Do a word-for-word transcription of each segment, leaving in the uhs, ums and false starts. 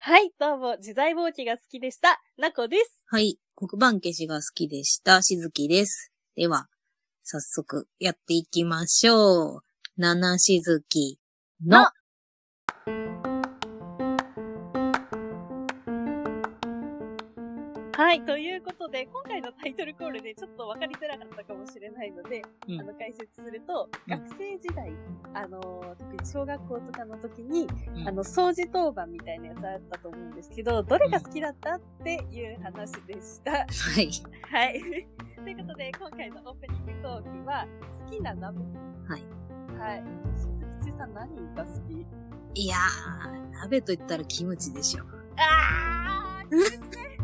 はい、どうも、自在ぼうきが好きでした、なこです。 はい、黒板消しが好きでした、しずきです。では、早速やっていきましょう。七しずきの。のはい、ということで、今回のタイトルコールでちょっと分かりづらかったかもしれないので、うん、あの解説すると、うん、学生時代、あのー、特に小学校とかの時に、うん、あの、掃除当番みたいなやつあったと思うんですけど、どれが好きだったっていう話でした。うん、はい。はい。ということで、今回のオープニングトークは、好きな鍋。 はい。 はい。鈴木さん何が好き？ いやー、鍋と言ったらキムチでしょ。 あー、キムチね。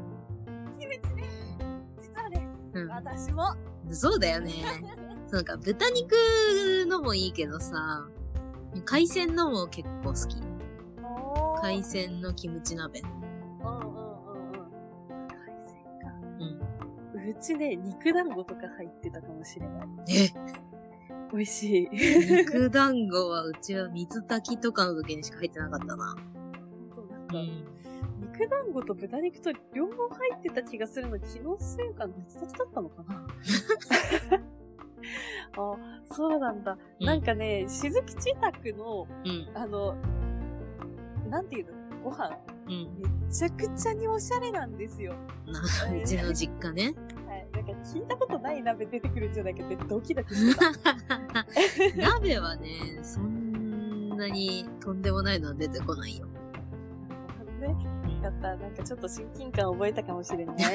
うん、私も。 そうだよね。なんか豚肉のもいいけどさ、海鮮のも結構好き。海鮮のキムチ鍋。 うんうんうんうん。海鮮か。うん。うちね、肉団子とか入ってたかもしれない。 え美味しい。 肉団子はうちは水炊きとかの時にしか入ってなかったな。 そうなんか。うん肉団子と豚肉と両方入ってた気がするのに、気のせいか別々だったのかなあ、そうなんだ。うん、なんかね、しずきち宅の、うん、あの、なんていうのご飯、うん、めちゃくちゃにおしゃれなんですよ。 うちの実家ね。 はい。なんか聞いたことない鍋出てくるんじゃないかってドキドキしてた。 鍋はね、そんなにとんでもないのは出てこないよ。 ね。よかった。なんかちょっと親近感覚えたかもしれない。じゃあ、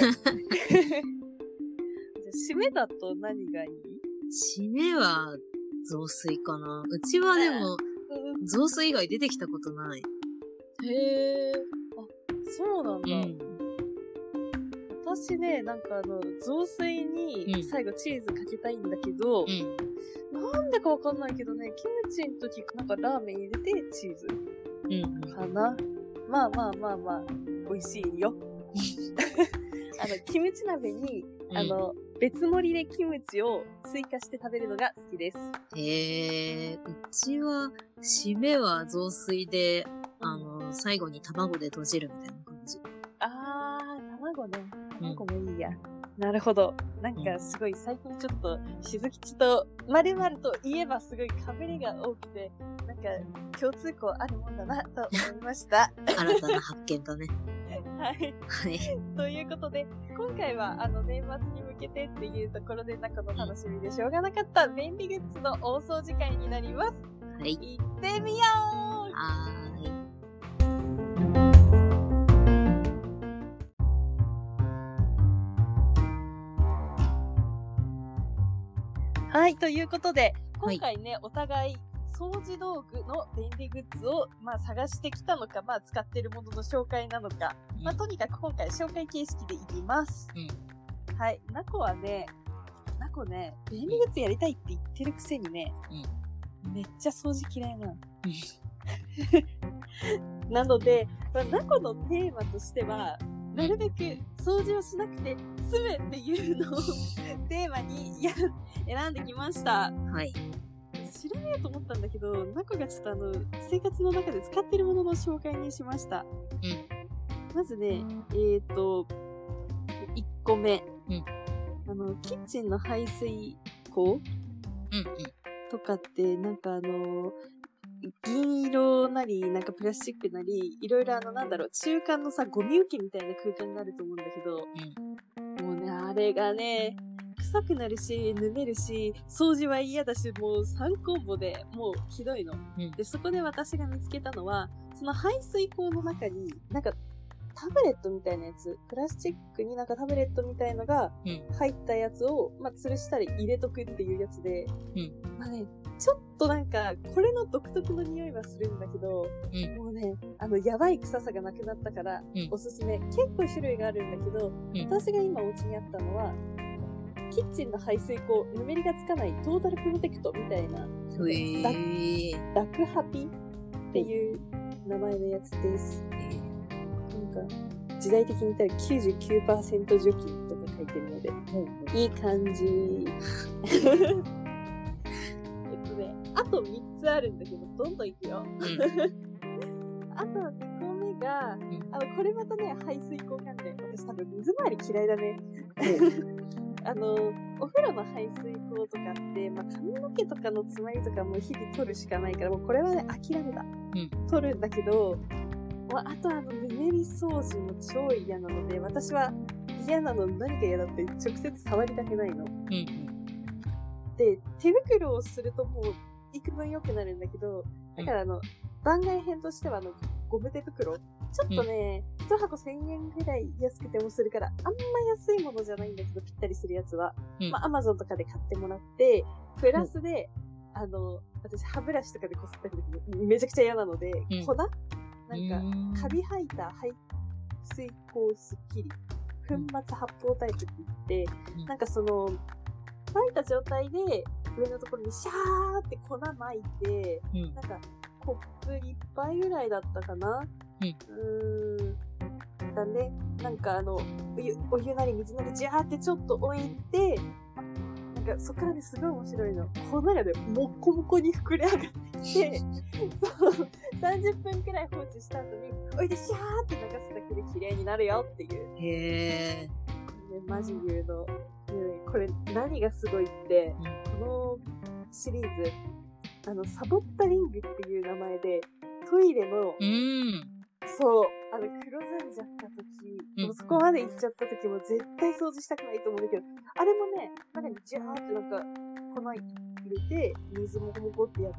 締めだと何がいい？ 締めは雑炊かな。うちはでも、雑炊以外出てきたことない。 へー。あ、そうなんだ。うん、私ね、なんかあの、雑炊に最後チーズかけたいんだけど、うん、なんでかわかんないけどね、キムチの時なんかラーメン入れてチーズかな。うんまあまあまあまあ、美味しいよ。あの、キムチ鍋に、うん、あの、別盛りでキムチを追加して食べるのが好きです。 へえー、うちは、締めは雑炊で、あの、最後に卵で閉じるみたいな感じ。 あー、卵ね。卵もいいや。うん、なるほど。なんかすごい最近ちょっと、しずきちと、〇〇と言えばすごい被りが多くて、なんか共通項あるもんだなと思いました。 新たな発見だね。 はい。はい。ということで、今回はあの年末に向けてっていうところで中の楽しみでしょうがなかった便利グッズの大掃除会になります。はい。行ってみよう。 はーい。 はい。ということで、今回ね、はい、お互い、掃除道具の便利グッズを、まあ、探してきたのか、まあ、使ってるものの紹介なのか、うん、まあ、とにかく今回紹介形式でいきます。うん、はい。なこはね、なこね、便利グッズやりたいって言ってるくせにね、うん、めっちゃ掃除嫌いなの。なので、まあ、なこのテーマとしては、なるべく掃除をしなくて済むっていうのをテーマにや選んできました。 はい。 知らないと思ったんだけど、なこがちょっとあの、生活の中で使ってるものの紹介にしました。うん。まずね、えっと、いっこめ。うん。あの、キッチンの排水口、うんうん、とかって、なんかあの、銀色なり、なんかプラスチックなり、いろいろあの、なんだろう、中間のさ、ゴミ受けみたいな空間があると思うんだけど、うん、もうね、あれがね、臭くなるし、ぬめるし、掃除は嫌だし、もうさんコンボでもうひどいの、うん。で、そこで私が見つけたのは、その排水口の中に、なんかタブレットみたいなやつ、プラスチックになんかタブレットみたいのが入ったやつを、まあ、吊るしたり入れとくっていうやつで、うん、まあね、ちょっとなんか、これの独特の匂いはするんだけど、うん、もうね、あの、やばい臭さがなくなったから、おすすめ。うん、結構種類があるんだけど、うん、私が今お家にあったのは、キッチンの排水口、ぬめりがつかないトータルプロテクトみたいな、ダダクハピっていう名前のやつです。なんか、時代的に言ったら きゅうじゅうきゅうパーセント 除菌とか書いてるので、うん、いい感じ。あとみっつあるんだけど、どんどんいくよ。うん、あとにこめが、 うん、あの、これまたね、排水口関連。私多分水回り嫌いだね。あの、お風呂の排水口とかって、まあ、髪の毛とかの詰まりとかも日々取るしかないから、もうこれはね、諦めた。うん、取るんだけど、まあ、あとあの、ぬめり掃除も超嫌なので、私は嫌なの何が嫌だって直接触りたくないの。うん、で、手袋をするともう、幾分良くなるんだけど、だからあの、番外編としてはあの、ゴム手袋。ちょっとね、一、うん、箱せんえんぐらい安くてもするから、あんま安いものじゃないんだけど、ぴったりするやつは。うん、まあ、アマゾンとかで買ってもらって、プラスで、うん、あの、私、歯ブラシとかでこすった時めちゃくちゃ嫌なので、うん、粉なんか、カビ吐いた排水口スッキリ。粉末発泡タイプって言って、うん、なんかその、吐いた状態で、上のところにシャーって粉巻いて、うん、なんか、コップ一杯ぐらいだったかな、うん、うーん。だね。なんかあの、お湯、お湯なり水なりジャーってちょっと置いて、なんかそっからね、すごい面白いの。粉がね、もっこもこに膨れ上がってきて、そう、さんじゅっぷんくらい放置した後に、おいでシャーって流すだけで綺麗になるよっていう。 へー。 これね、マジ言うの。これ何がすごいって、うん、このシリーズ、あの、サボったリングっていう名前で、トイレの、うん、そう、あの、黒ずんじゃった時、うん、もうそこまで行っちゃった時も絶対掃除したくないと思うんだけど、あれもね、中にジャーってなんか、粉入れて、水もこもこってやって、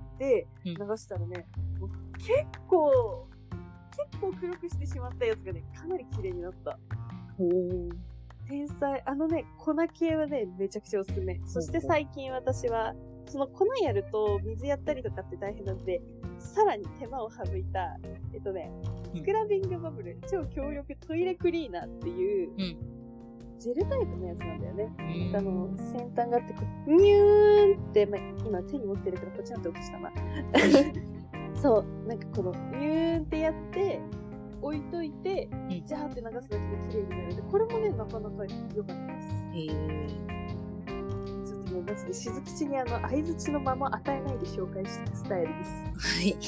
流したらね、もう結構、結構黒くしてしまったやつがね、かなり綺麗になった。おー。天才。あのね、粉系はね、めちゃくちゃおすすめ。そして最近私は、その粉やると水やったりとかって大変なので、さらに手間を省いた、えっとね、スクラビングバブル、超強力トイレクリーナーっていう、うん、ジェルタイプのやつなんだよね。うん、あの、先端があって、ニューンって、まあ、今手に持ってるからポチャンって落としたな。そう、なんかこの、ニューンってやって、置いといて、うん、ジャーって流すだけで綺麗になるので、これもね、なかなか良かったです。へー。ちょっともうマジでしずきちにあの、相槌のまま与えないで紹介したスタイルです。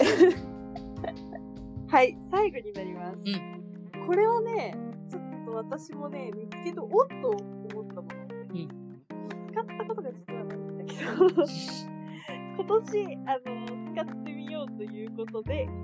はい。はい、最後になります。うん、これをね、ちょっと私もね、見つけて、おっと思ったもの。うん、使ったことが実はないんだけど、今年、あの、使ってみようということで、うん、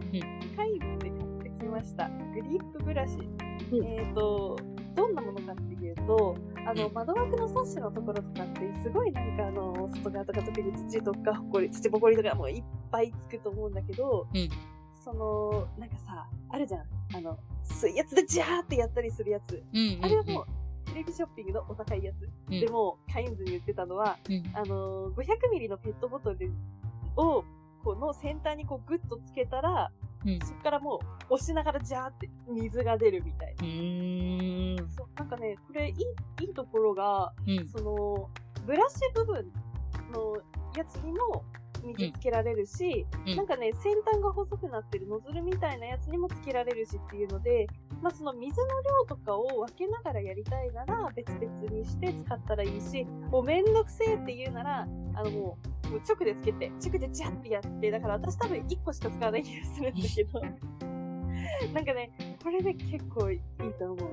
カイズで買ってきました。グリップブラシ。うん、えっと、どんなものかっていうと、あの、窓枠のサッシのところとかって、すごいなんかあの、外側とか特に土とかほこり、土ぼこりとかもういっぱいつくと思うんだけど、うん、その、なんかさ、あるじゃん。あの、水圧でジャーってやったりするやつ。うんうんうん、あれはもう、テレビショッピングのお高いやつ。うん、でも、カインズに言ってたのは、うん、あの、ごひゃくミリのペットボトルを、この先端にこうグッとつけたら、うん、そっからもう押しながらジャーって水が出るみたいな。うーん、そう、なんかね、これいい、いいところが、うん、その、ブラシ部分のやつにも水つけられるし、うん、なんかね、先端が細くなってるノズルみたいなやつにもつけられるしっていうので、まあその水の量とかを分けながらやりたいなら別々にして使ったらいいし、もうめんどくせえって言うなら、あのもう、もう直でつけて、直でジャッてやって、だから私多分いっこしか使わない気がするんだけど。なんかね、これね、結構いいと思う。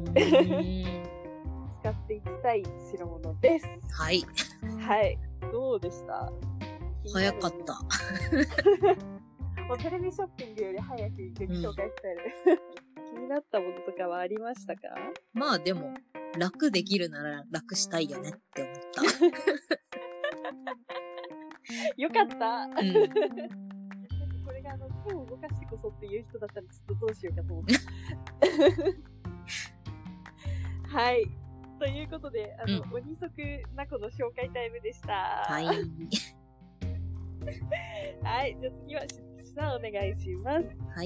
使っていきたい代物です。 はい。 はい。どうでした？ 早かった。 もうテレビショッピングより早く紹介したいる。気になったものとかはありましたか？ まあでも、楽できるなら楽したいよねって思った。 よかった。うん、これがあの手を動かしてこそっていう人だったらちょっとどうしようかと思った。はい。ということで、あの、うん、鬼足なこの紹介タイムでした。はい。はい。じゃあ次はしずきさんお願いします。 はい。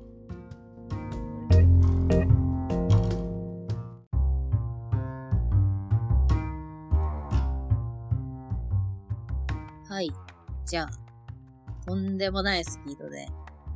はい。じゃあ、とんでもないスピードで、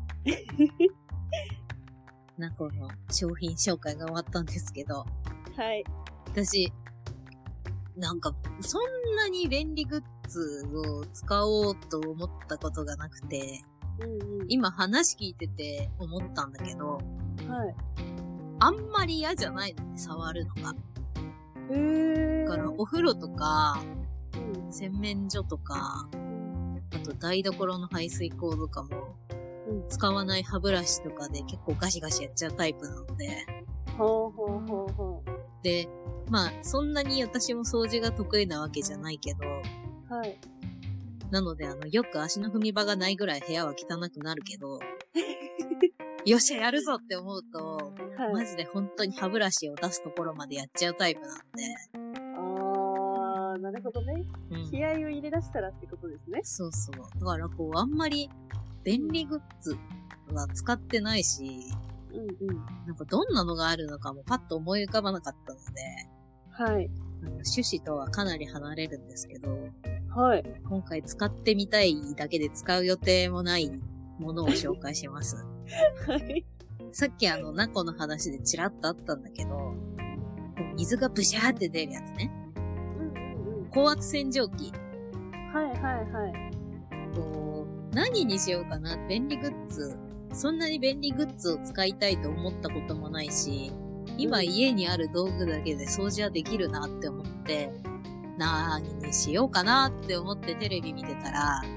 ナコの商品紹介が終わったんですけど、 はい。 私、なんか、そんなに便利グッズを使おうと思ったことがなくて、うんうん、今話聞いてて思ったんだけど、 はい。 あんまり嫌じゃないのね、触るのが。 へー。 だからお風呂とか、うん、洗面所とか、あと台所の排水口とかも、うん、使わない歯ブラシとかで結構ガシガシやっちゃうタイプなので。 ほうほうほうほう。 で、まあ、そんなに私も掃除が得意なわけじゃないけど、 はい。 なので、あの、よく足の踏み場がないぐらい部屋は汚くなるけど、よっしゃ、やるぞって思うと、はい、マジで本当に歯ブラシを出すところまでやっちゃうタイプなんで。 あー、なるほどね。うん、気合を入れ出したらってことですね。 そうそう。だからこう、あんまり便利グッズは使ってないし、うんうん。なんかどんなのがあるのかもパッと思い浮かばなかったので、 はい。 あの趣旨とはかなり離れるんですけど、 はい。 今回使ってみたいだけで使う予定もないものを紹介します。 はい。 さっきあの、ナコの話でチラッとあったんだけど、水がブシャーって出るやつね。うんうんうん。高圧洗浄機。 はいはいはい。 こう、何にしようかな、便利グッズ。そんなに便利グッズを使いたいと思ったこともないし、今家にある道具だけで掃除はできるなって思って、何にしようかなって思ってテレビ見てたら、はい。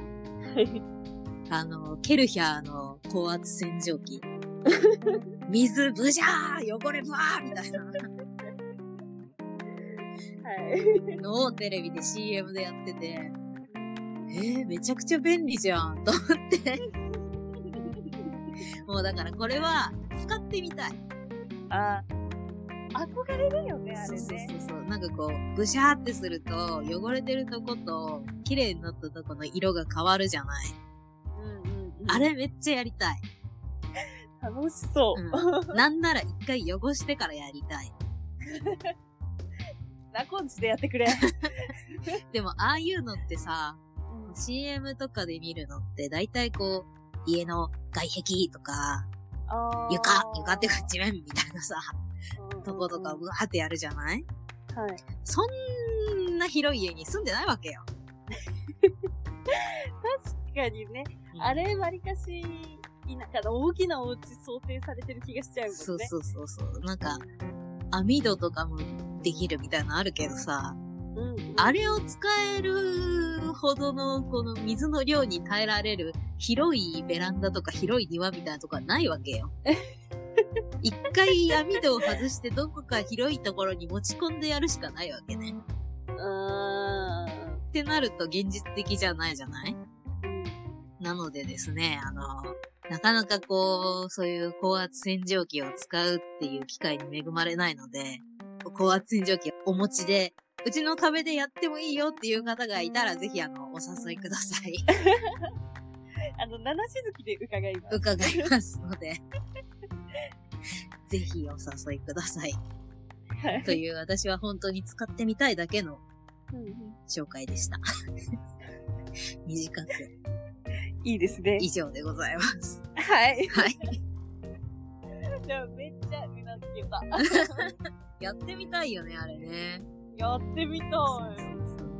あの、ケルヒャーの高圧洗浄機。水ブシャー汚れブワーみたいな。はい。のをテレビで シーエム でやってて、えー、めちゃくちゃ便利じゃんと思って。もうだからこれは使ってみたい。 ああ、憧れるよね、あれね。 そうそうそう。なんかこう、ブシャーってすると、汚れてるとこと綺麗になったとこの色が変わるじゃない。うんうんうん、あれめっちゃやりたい。 楽しそう。 うん、なんなら一回汚してからやりたい。 なこんちでやってくれ。 でも、ああいうのってさ、うん、シーエム とかで見るのって、だいたいこう、家の外壁とか、床、床っていうか地面みたいなさ、とことかうわーってやるじゃない？はい。そんな広い家に住んでないわけよ。 確かにね、うん、あれわりかし、田舎の大きなお家想定されてる気がしちゃうもんね。 そうそうそうそう。なんか、網戸とかもできるみたいなのあるけどさ、うんうん、あれを使えるほどのこの水の量に耐えられる広いベランダとか広い庭みたいなとこはないわけよ。一回網戸を外してどこか広いところに持ち込んでやるしかないわけね。うーん。ってなると現実的じゃないじゃない？なのでですね、あの、なかなかこう、そういう高圧洗浄機を使うっていう機会に恵まれないので、高圧洗浄機をお持ちで、うちの壁でやってもいいよっていう方がいたら、ぜひあの、お誘いください。 あの、七しずきで伺います。 伺いますので。ぜひお誘いください。はい、という、私は本当に使ってみたいだけの紹介でした。短く。 いいですね。 以上でございます。 はい。 はい。 じゃあ、めっちゃうなずけた。 やってみたいよね、あれね。 やってみたい。そうそうそう。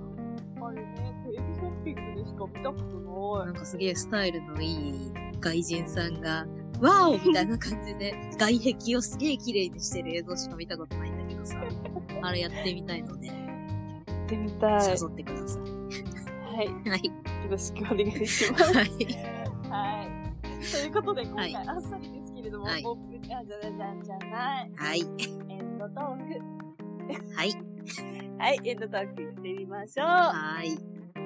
あれね、テレビショッピングでしか見たことない。 なんかすげえスタイルのいい外人さんが、ワオみたいな感じで、外壁をすげえ綺麗にしてる映像しか見たことないんだけどさ。あれやってみたいので。やってみたい。 誘ってください。 はい。 はい。 よろしくお願いします。 はい。 はい。ということで、今回、はい、あっさりですけれども、 はい、 僕、あ、じゃじゃじゃんじゃない。 はい。 エンドトーク。 はい。 はい、エンドトーク行ってみましょう。 はい。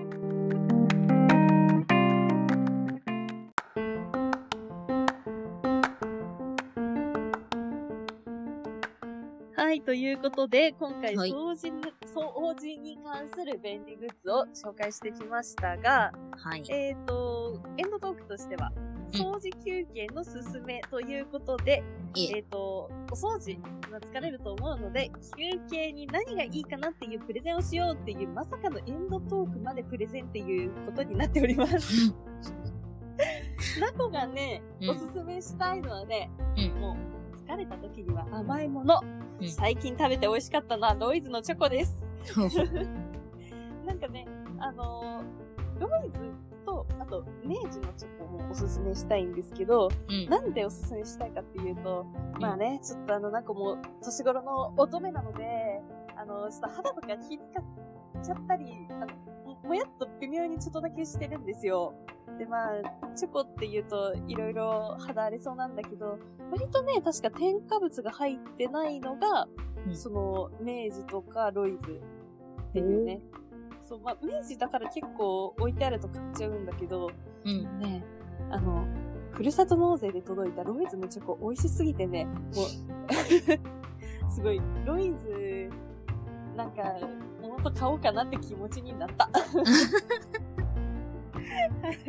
はい、ということで、今回、掃除に、はい、掃除に関する便利グッズを紹介してきましたが、 はい。 えっと、エンドトークとしては、掃除休憩のすすめということで、うん、えっと、お掃除が疲れると思うので、休憩に何がいいかなっていうプレゼンをしようっていう、まさかのエンドトークまでプレゼンっていうことになっております。ナコがね、うん、おすすめしたいのはね、うん、もう疲れた時には甘いもの。うん、最近食べて美味しかったのはロイズのチョコです。なんかね、あのー、ロイズと、ああと、明治のチョコもおすすめしたいんですけど、うん、なんでおすすめしたいかっていうと、うん、まあね、ちょっとあの、なんかもう、年頃の乙女なので、あの、ちょっと肌とか気使っちゃったり、あの、もやっと微妙にちょっとだけしてるんですよ。で、まあ、チョコって言うと、いろいろ肌荒れそうなんだけど、割とね、確か添加物が入ってないのが、うん、その、明治とかロイズっていうね。そう、まあ、明治だから結構置いてあると買っちゃうんだけど、うん、ね、あの、ふるさと納税で届いたロイズのチョコ美味しすぎてね、もう、すごい、ロイズ、なんか、もっと買おうかなって気持ちになった。はい。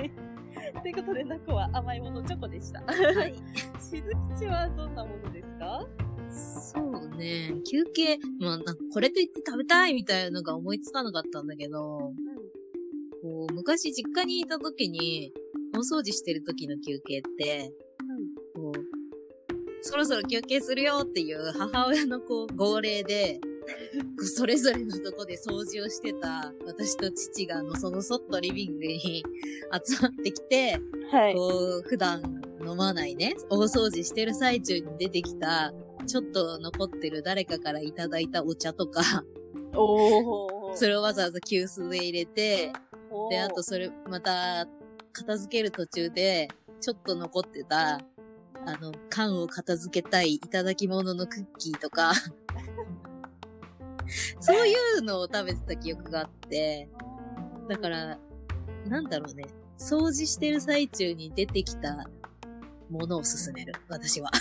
ということで、ナコは甘いものチョコでした。はい。しずきちはどんなものですか？ そうね。休憩、まあ、なんかこれと言って食べたいみたいなのが思いつかなかったんだけど、うん、こう昔実家にいた時に、大掃除してる時の休憩って、うん、こうそろそろ休憩するよっていう母親のこう号令で、それぞれのとこで掃除をしてた私と父がのそのそっとリビングに集まってきて、はい、こう普段飲まないね、大掃除してる最中に出てきたちょっと残ってる誰かからいただいたお茶とか、おーそれをわざわざ急須で入れて、で、あとそれまた片付ける途中でちょっと残ってたあの缶を片付けたいいただき物のクッキーとかそういうのを食べてた記憶があって、だから、なんだろうね、掃除してる最中に出てきたものを勧める、私は。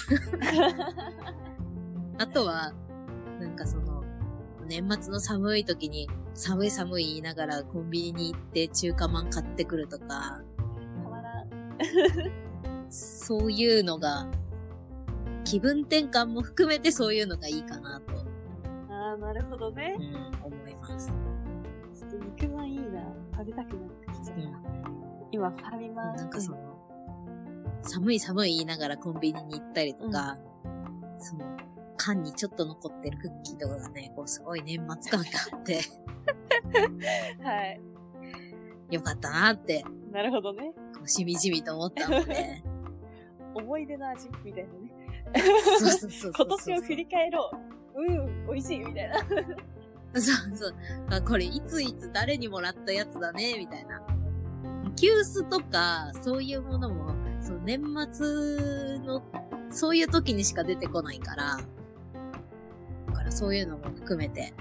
あとは、なんかその、年末の寒い時に、寒い寒い言いながらコンビニに行って中華まん買ってくるとか、たまらん。そういうのが、気分転換も含めてそういうのがいいかなと。 ああ、なるほどね。 うん、思います。 ちょっと肉まんいいな。食べたくなってきちゃった。うん、今、ファミマなんかその、寒い寒い言いながらコンビニに行ったりとか、うん、その、缶にちょっと残ってるクッキーとかがね、こうすごい年末感があって。はい。よかったなって。 なるほどね。 こうしみじみと思ったので。 思い出の味みたいなね。 そうそうそうそう。 今年を振り返ろう。うん、美味しいみたいな。 そうそう。あ、これいついつ誰にもらったやつだね、みたいな。急須とか、そういうものも、そう、年末の、そういう時にしか出てこないから、だからそういうのも含めて、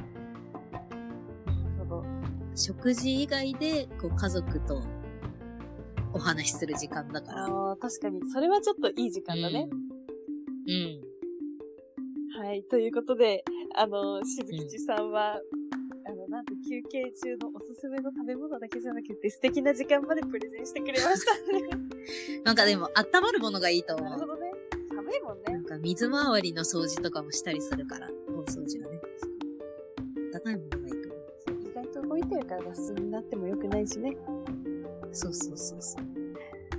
食事以外で、こう、家族とお話しする時間だから。 ああ、確かに。それはちょっといい時間だね。 うん。うんはい。ということで、あの、しずきちさんは、うん、あの、なんと休憩中のおすすめの食べ物だけじゃなくて素敵な時間までプレゼンしてくれましたね。 なんかでも、温まるものがいいと思う。 なるほどね。寒いもんね。 なんか水回りの掃除とかもしたりするから、大掃除はね。温かいものがいいと思う。 意外と動いてるからガスになっても良くないしね。 そうそうそうそう。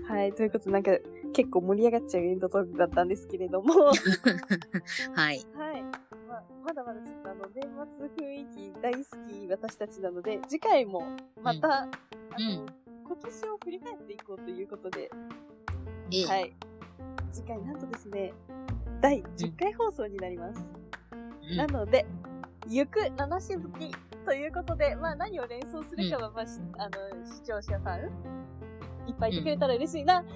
はい。ということで、なんか、結構盛り上がっちゃうエンドトークだったんですけれども。はい。 はい。 まあ、まだまだちょっとあの、年末雰囲気大好き私たちなので、次回もまた、うん、あの、うん、今年を振り返っていこうということで、ええ、はい。次回なんとですね、だいじゅっかい放送になります。うん、なので、ゆく七しずきということで、まあ何を連想するかは、まあ、うん、あの、視聴者さん、いっぱいいてくれたら嬉しいな、うん、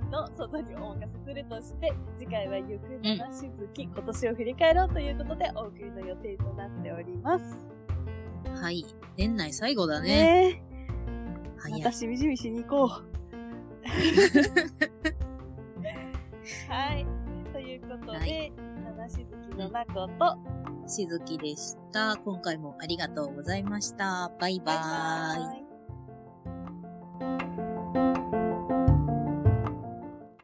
の外にお任せするとして、次回はゆく七しずき、うん、今年を振り返ろうということでお送りの予定となっております。 はい。年内最後だね。 ねえ。またしみじみしに行こう。はい。ということで、はい、七しずきのなこと、 しずきでした。今回もありがとうございました。バイバーイ。バイバーイ。